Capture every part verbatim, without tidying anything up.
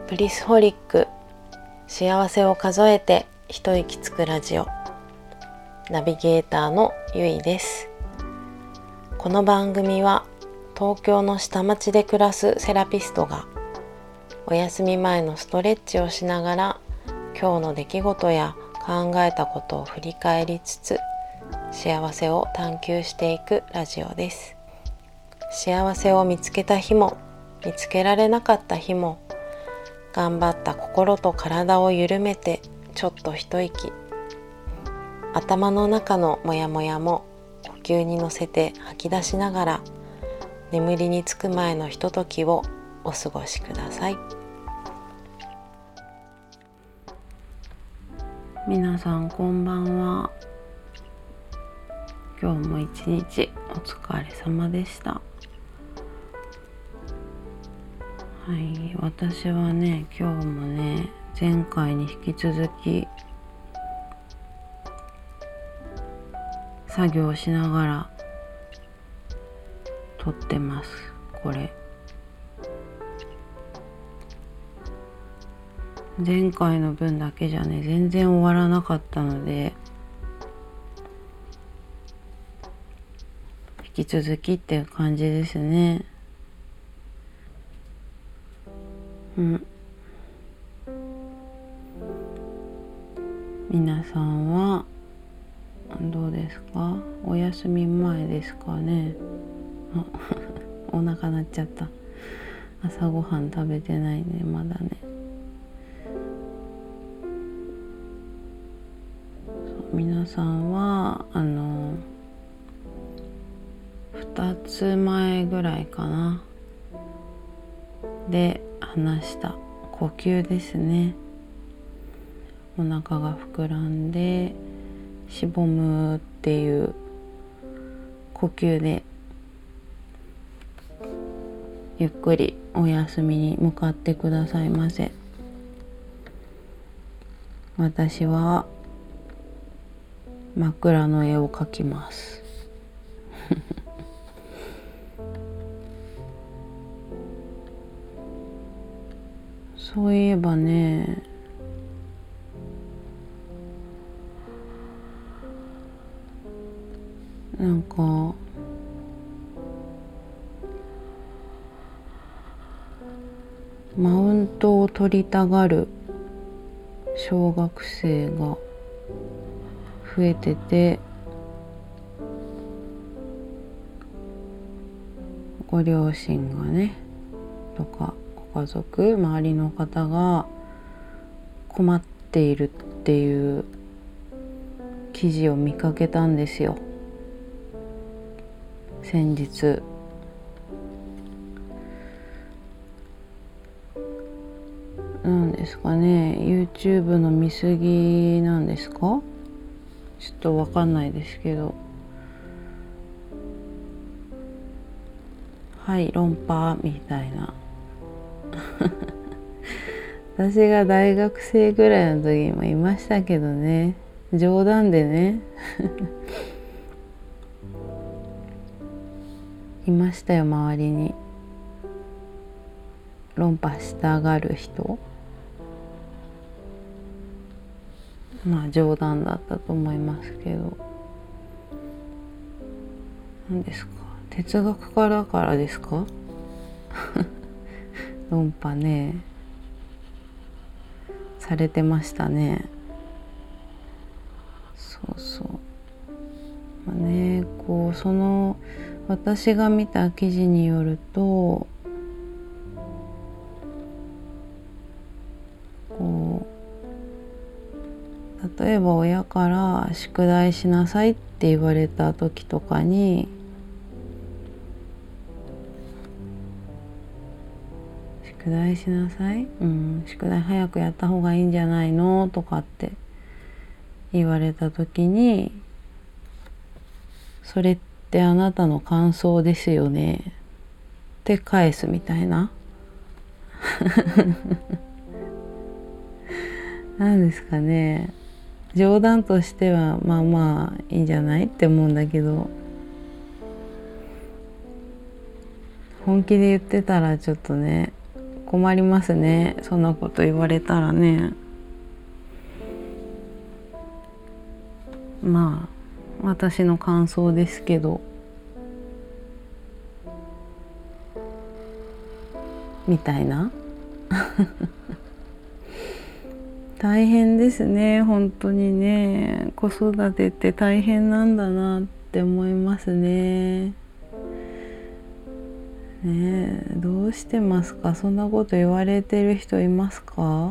ブリスホリック、幸せを数えて一息つくラジオ、ナビゲーターのゆいです。この番組は東京の下町で暮らすセラピストがお休み前のストレッチをしながら今日の出来事や考えたことを振り返りつつ幸せを探求していくラジオです。幸せを見つけた日も見つけられなかった日も頑張った心と体を緩めてちょっと一息、頭の中のモヤモヤも呼吸に乗せて吐き出しながら眠りにつく前のひとときをお過ごしください。皆さんこんばんは。今日も一日お疲れ様でした。はい、私はね、今日もね、前回に引き続き作業しながら撮ってます。これ前回の分だけじゃね、全然終わらなかったので、引き続きっていう感じですね。うん。皆さんはどうですか？お休み前ですかね。あお腹鳴っちゃった。朝ごはん食べてないね、まだね。皆さんはあのふたつまえぐらいかなで話した呼吸ですね。お腹が膨らんでしぼむっていう呼吸でゆっくりお休みに向かってくださいませ。私は枕の絵を描きますそういえばね、なんかマウントを取りたがる小学生が増えてて、ご両親がねとかご家族、周りの方が困っているっていう記事を見かけたんですよ、先日。なんですかね、 YouTube の見過ぎなんですか？ちょっとわかんないですけど、はい論破みたいな私が大学生ぐらいの時もいましたけどね、冗談でねいましたよ、周りに論破したがる人。まあ冗談だったと思いますけど、何ですか、哲学家だからですか論破ねされてましたね。そうそう、まあね、こうその私が見た記事によると、こう例えば親から宿題しなさいって言われた時とかに、宿題しなさい、うん、宿題早くやった方がいいんじゃないのとかって言われた時に、それってあなたの感想ですよねって返すみたいななんですかね、冗談としてはまあまあいいんじゃないって思うんだけど、本気で言ってたらちょっとね困りますね、そんなこと言われたらね。まあ私の感想ですけど、みたいな大変ですね、本当にね。子育てって大変なんだなって思いますね。ねえ、どうしてますか？そんなこと言われてる人いますか？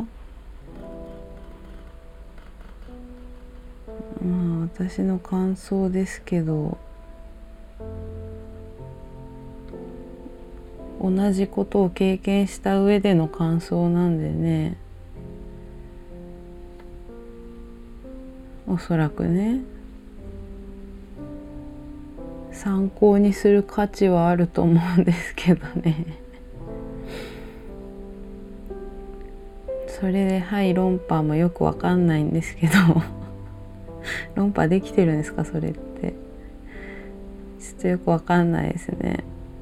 まあ私の感想ですけど、同じことを経験した上での感想なんでね、おそらくね参考にする価値はあると思うんですけどねそれではい論破もよくわかんないんですけど論破できてるんですかそれって。ちょっとよくわかんないですね。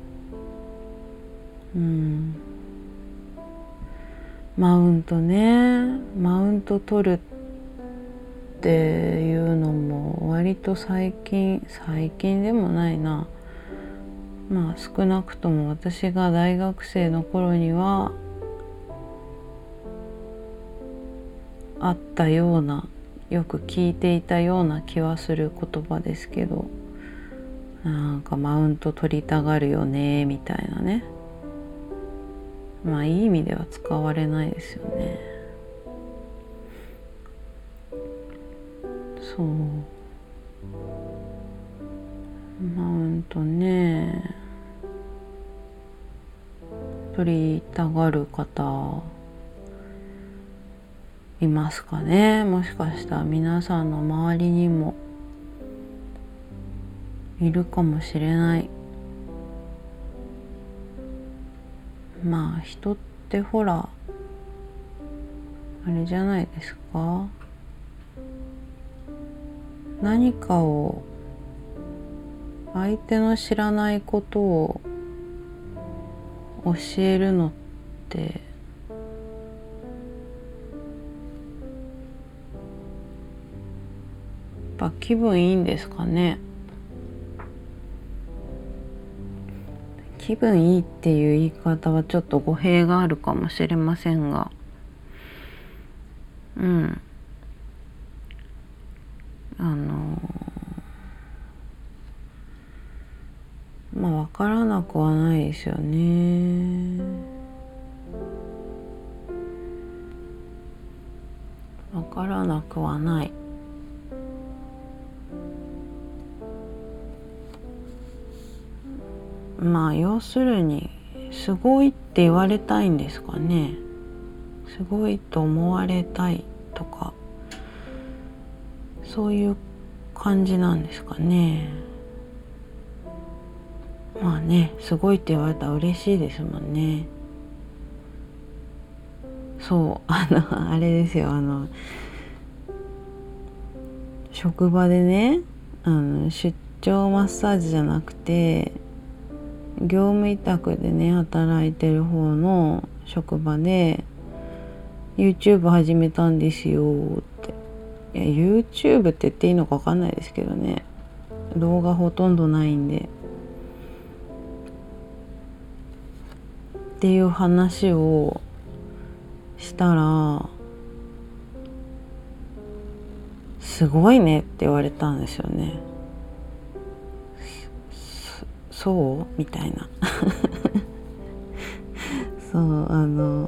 うんマウントね、マウント取るっていうのも割と最近最近でもないな、まあ少なくとも私が大学生の頃にはあったような、よく聞いていたような気はする言葉ですけど、なんかマウント取りたがるよねみたいなね。まあいい意味では使われないですよね。そうマウントね、取りたがる方いますかね。もしかしたら皆さんの周りにもいるかもしれない。まあ人ってほらあれじゃないですか、何かを相手の知らないことを教えるのってやっぱ気分いいんですかね。気分いいっていう言い方はちょっと語弊があるかもしれませんが、うんあのまあ分からなくはないですよね。分からなくはない。まあ要するにすごいって言われたいんですかね。すごいと思われたいとかそういう感じなんですかね。まあね、すごいって言われたら嬉しいですもんね。そうあのあれですよ、あの職場でね、あの出張マッサージじゃなくて業務委託でね働いてる方の職場で YouTube 始めたんですよって。いや YouTube って言っていいのか分かんないですけどね、動画ほとんどないんでっていう話をしたら、すごいねって言われたんですよね。そうみたいなそうあの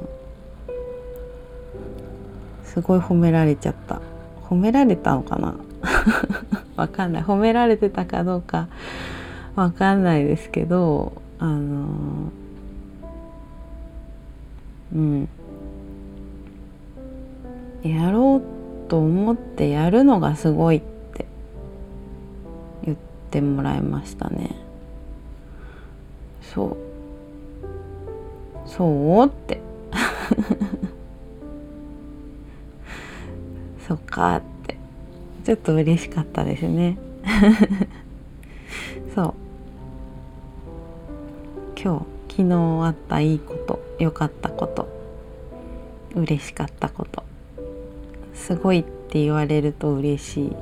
すごい褒められちゃった。褒められたのかなわかんない、褒められてたかどうかわかんないですけど、あのうんやろうと思ってやるのがすごいって言ってもらいましたね。そうそうってそっかってちょっと嬉しかったですねそう今日昨日あったいいこと、良かったこと、嬉しかったこと、すごいって言われると嬉しい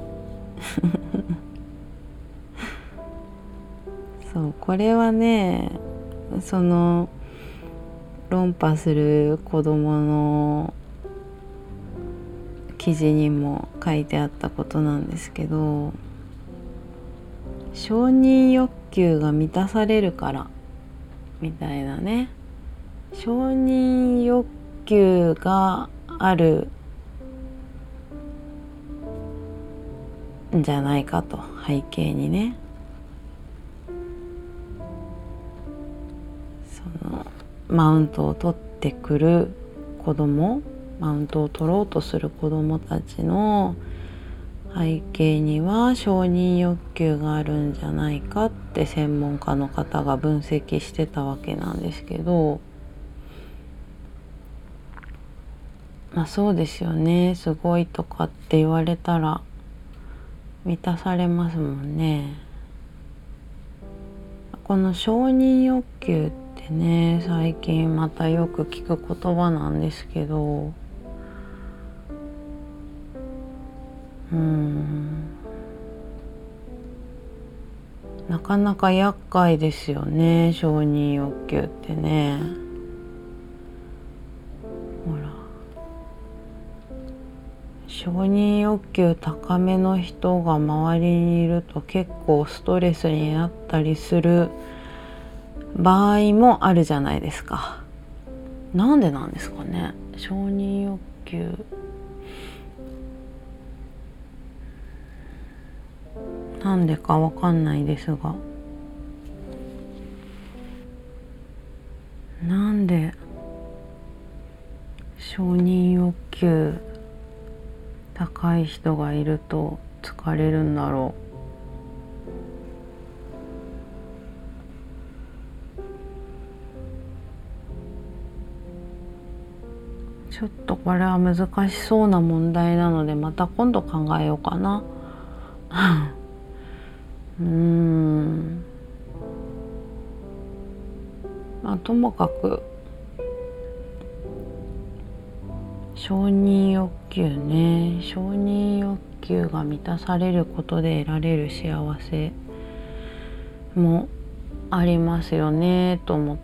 そう、これはね、その論破する子供の記事にも書いてあったことなんですけど、承認欲求が満たされるからみたいなね、承認欲求があるんじゃないかと、背景にね、そのマウントを取ってくる子供、マウントを取ろうとする子供たちの背景には承認欲求があるんじゃないかって専門家の方が分析してたわけなんですけど、まあそうですよね。すごいとかって言われたら満たされますもんね。この承認欲求ってね、最近またよく聞く言葉なんですけど、うーんなかなか厄介ですよね、承認欲求ってね。ほら、承認欲求高めの人が周りにいると結構ストレスになったりする場合もあるじゃないですか。なんでなんですかね、承認欲求。なんでかわかんないですが、なんで承認欲求高い人がいると疲れるんだろう。ちょっとこれは難しそうな問題なので、また今度考えようかなうーんまあともかく承認欲求ね、承認欲求が満たされることで得られる幸せもありますよねと思って。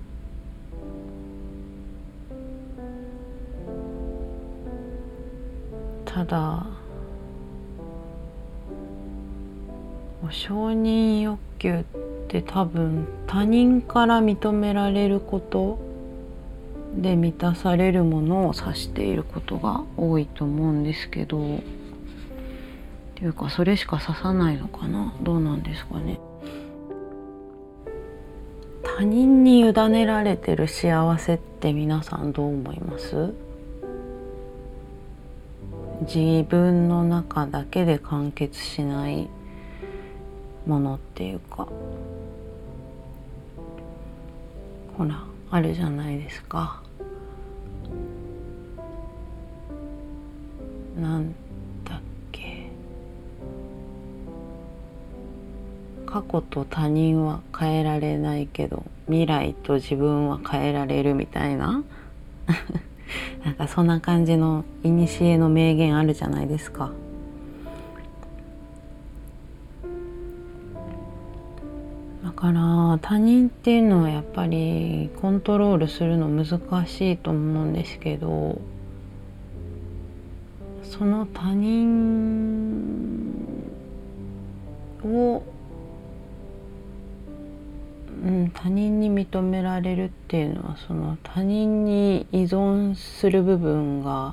ただ承認欲求って多分他人から認められることで満たされるものを指していることが多いと思うんですけど、っていうかそれしか指さないのかな、どうなんですかね。他人に委ねられてる幸せって皆さんどう思います？自分の中だけで完結しないものっていうか、ほらあるじゃないですか。なんだっけ、過去と他人は変えられないけど未来と自分は変えられるみたいななんかそんな感じの古の名言あるじゃないですか。だから他人っていうのはやっぱりコントロールするの難しいと思うんですけど、その他人を、うん、他人に認められるっていうのはその他人に依存する部分が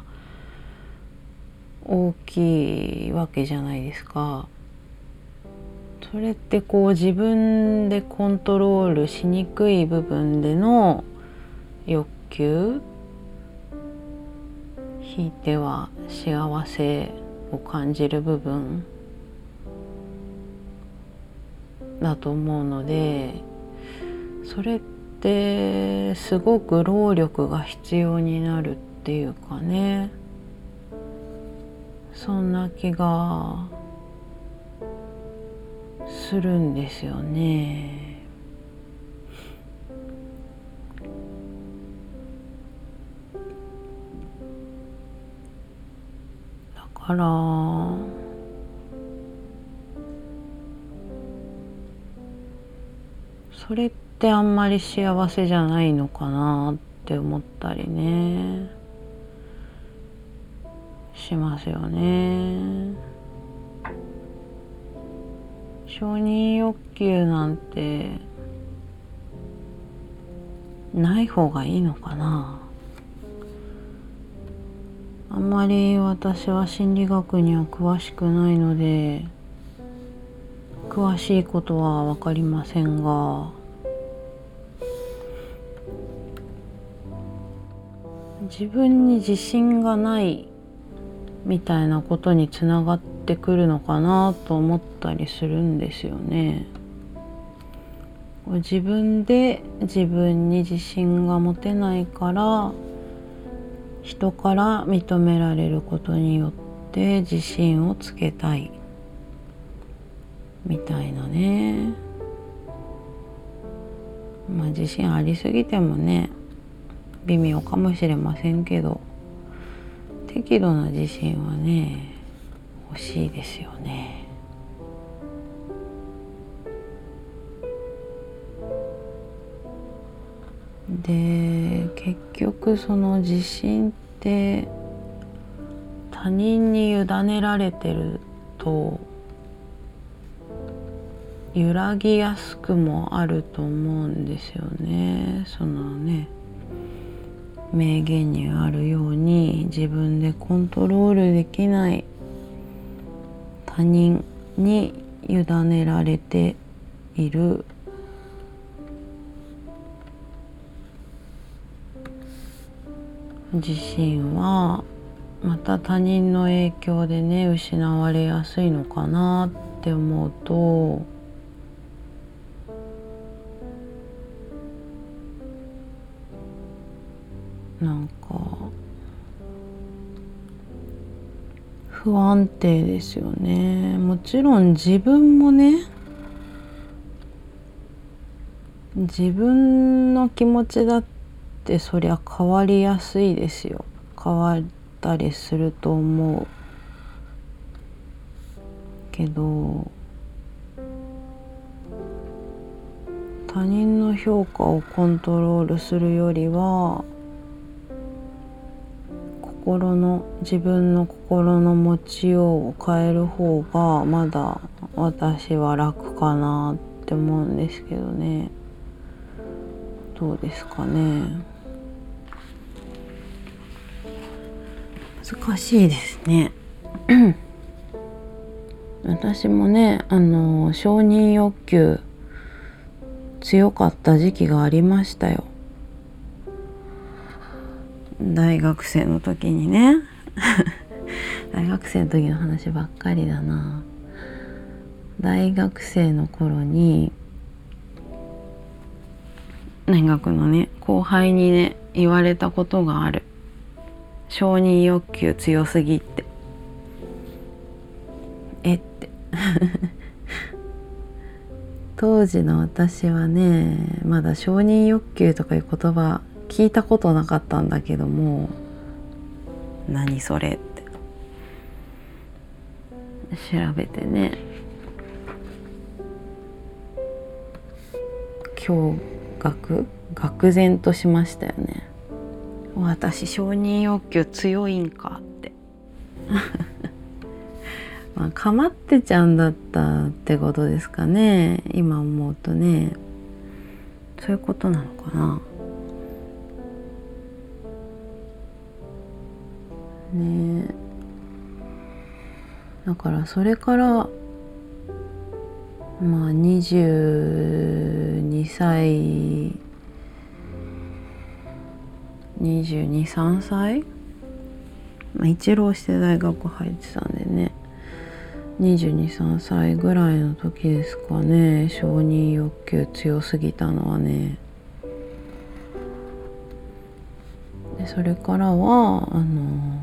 大きいわけじゃないですか。それってこう自分でコントロールしにくい部分での欲求、ひいては幸せを感じる部分だと思うので、それってすごく労力が必要になるっていうかね、そんな気がするんですよね。 からそれってあんまり幸せじゃないのかなって思ったりねしますよね。承認欲求なんてない方がいいのかな。あんまり私は心理学には詳しくないので詳しいことは分かりませんが、自分に自信がないみたいなことにつながってくるのかなと思ったりするんですよね。自分で自分に自信が持てないから人から認められることによって自信をつけたいみたいなね。まあ自信ありすぎてもね微妙かもしれませんけど、適度な自信はね欲しいですよね。で結局その自信って他人に委ねられてると揺らぎやすくもあると思うんですよね。そのね名言にあるように自分でコントロールできない他人に委ねられている自信はまた他人の影響でね失われやすいのかなって思うと、なんか不安定ですよね。もちろん自分もね自分の気持ちだってそりゃ変わりやすいですよ。変わったりすると思うけど、他人の評価をコントロールするよりは心の自分の心の持ちようを変える方がまだ私は楽かなって思うんですけどね。どうですかね。難しいですね私もねあの承認欲求強かった時期がありましたよ。大学生の時にね大学生の時の話ばっかりだな。大学生の頃に大学のね後輩にね言われたことがある。承認欲求強すぎって。えって当時の私はねまだ承認欲求とかいう言葉聞いたことなかったんだけども、何それって調べてね驚愕愕然としましたよね。私承認欲求強いんかってまあかまってちゃんだったってことですかね。今思うとねそういうことなのかなね。だからそれからまあにじゅうにさいにじゅうに、さんさい、まあ、一浪して大学入ってたんでねにじゅうに、さんさいぐらいの時ですかね。承認欲求強すぎたのはね。でそれからはあの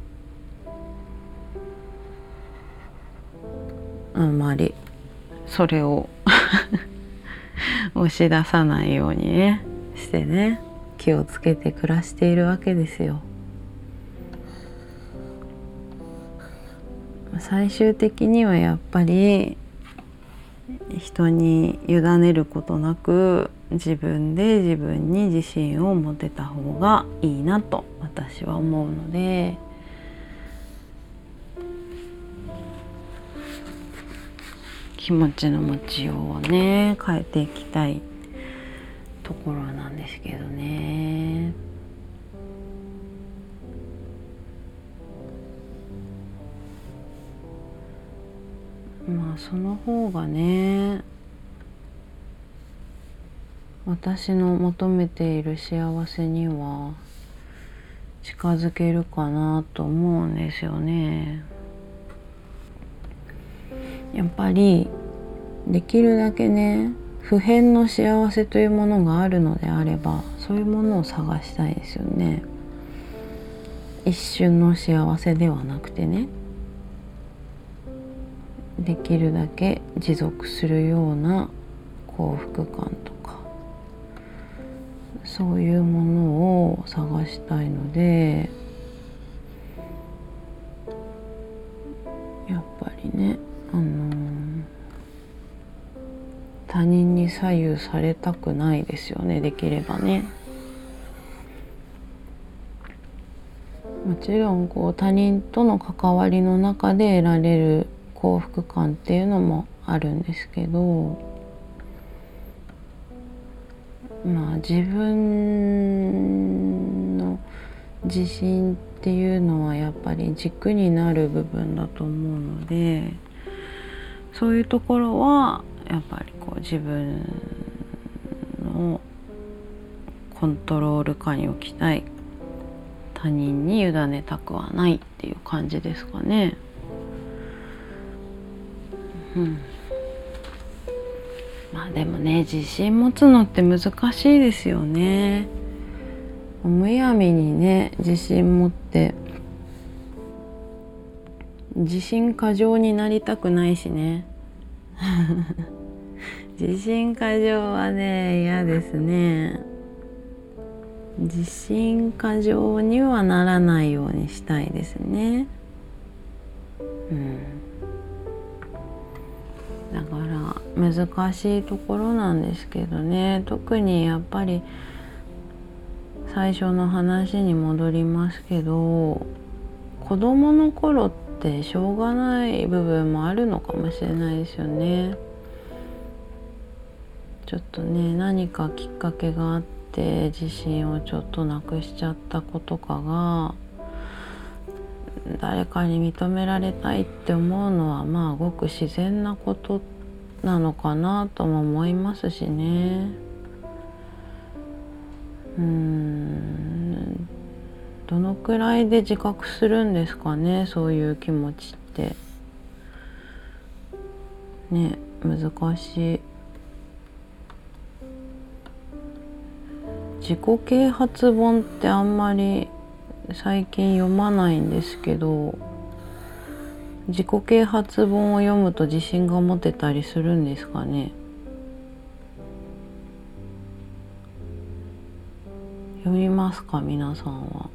あんまりそれを押し出さないようにねしてね気をつけて暮らしているわけですよ。 最終的にはやっぱり人に委ねることなく自分で自分に自信を持てた方がいいなと私は思うので、気持ちの持ちようをね変えていきたいところなんですけどね。まあその方がね、私の求めている幸せには近づけるかなと思うんですよね。やっぱりできるだけね、不変の幸せというものがあるのであれば、そういうものを探したいですよね。一瞬の幸せではなくてね、できるだけ持続するような幸福感とか、そういうものを探したいので、やっぱりね、あのー、他人に左右されたくないですよね、できればね。もちろんこう他人との関わりの中で得られる幸福感っていうのもあるんですけど、まあ自分の自信っていうのはやっぱり軸になる部分だと思うので、そういうところはやっぱりこう自分のコントロール下に置きたい、他人に委ねたくはないっていう感じですかね。うん、まあでもね、自信持つのって難しいですよね。むやみにね自信持って自信過剰になりたくないしね自信過剰はね嫌ですね。自信過剰にはならないようにしたいですね。うん、だから難しいところなんですけどね。特にやっぱり最初の話に戻りますけど、子供の頃ってしょうがない部分もあるのかもしれないですよね。ちょっとね、何かきっかけがあって自信をちょっとなくしちゃった子とかが、誰かに認められたいって思うのはまあごく自然なことなのかなとも思いますしね。うーん、どのくらいで自覚するんですかね、そういう気持ちってね。難しい。自己啓発本ってあんまり最近読まないんですけど、自己啓発本を読むと自信が持てたりするんですかね。読みますか皆さんは。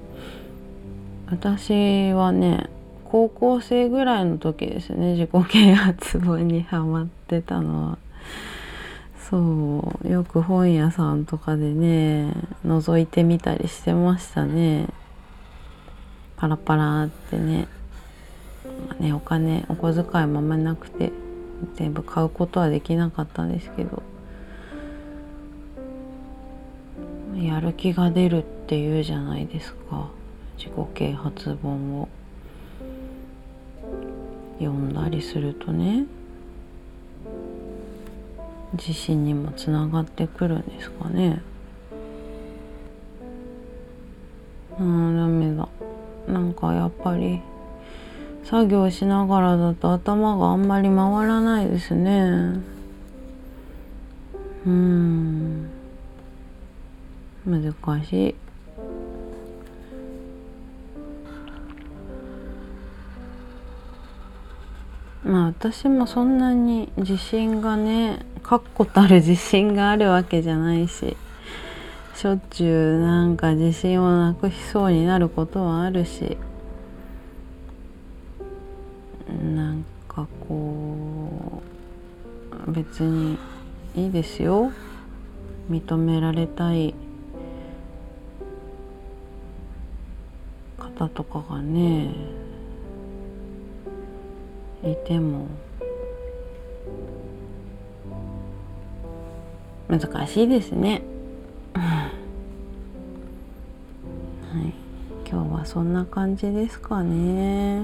私はね、高校生ぐらいの時ですね、自己啓発本にハマってたのは。そう、よく本屋さんとかでね覗いてみたりしてましたね。パラパラってね。まあね、お金お小遣いもあんまなくて全部買うことはできなかったんですけど、やる気が出るっていうじゃないですか。自己啓発本を読んだりするとね、自信にもつながってくるんですかね。あー、ダメだ。なんかやっぱり作業しながらだと頭があんまり回らないですね。うーん、難しい。まあ私もそんなに自信がね、確固たる自信があるわけじゃないし、しょっちゅうなんか自信をなくしそうになることはあるし、 なんかこう別にいいですよ、認められたい方とかがねいても難しいですねはい、今日はそんな感じですかね。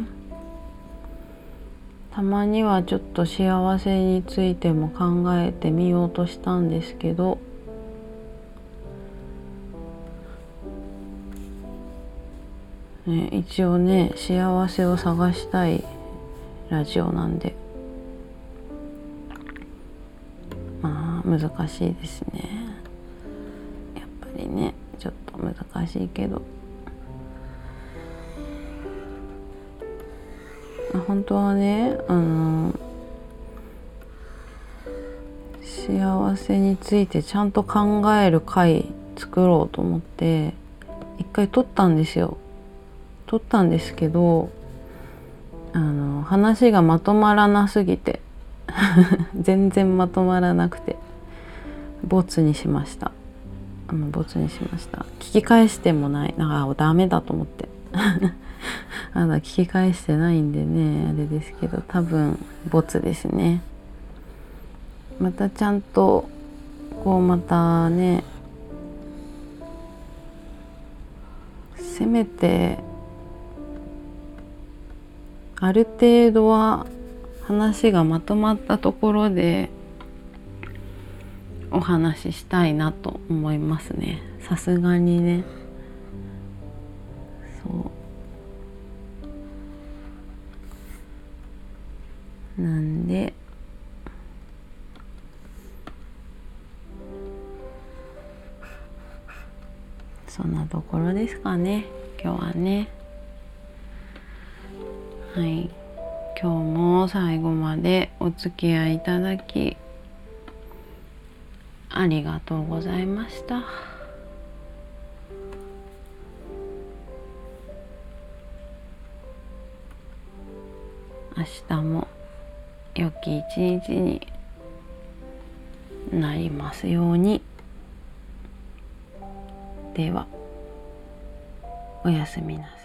たまにはちょっと幸せについても考えてみようとしたんですけど、ね、一応ね幸せを探したいラジオなんで、まあ難しいですね。やっぱりねちょっと難しいけど、本当はねあの幸せについてちゃんと考える回作ろうと思って一回撮ったんですよ。撮ったんですけど、あの話がまとまらなすぎて全然まとまらなくてボツにしました。あのボツにしました。聞き返してもない、なんかダメだと思ってまだ聞き返してないんでねあれですけど、多分ボツですね。またちゃんとこうまたねせめてある程度は話がまとまったところでお話ししたいなと思いますね。さすがにね。そうなんでそんなところですかね今日はね。はい、今日も最後までお付き合いいただきありがとうございました。明日も良き一日になりますように。ではおやすみなさい。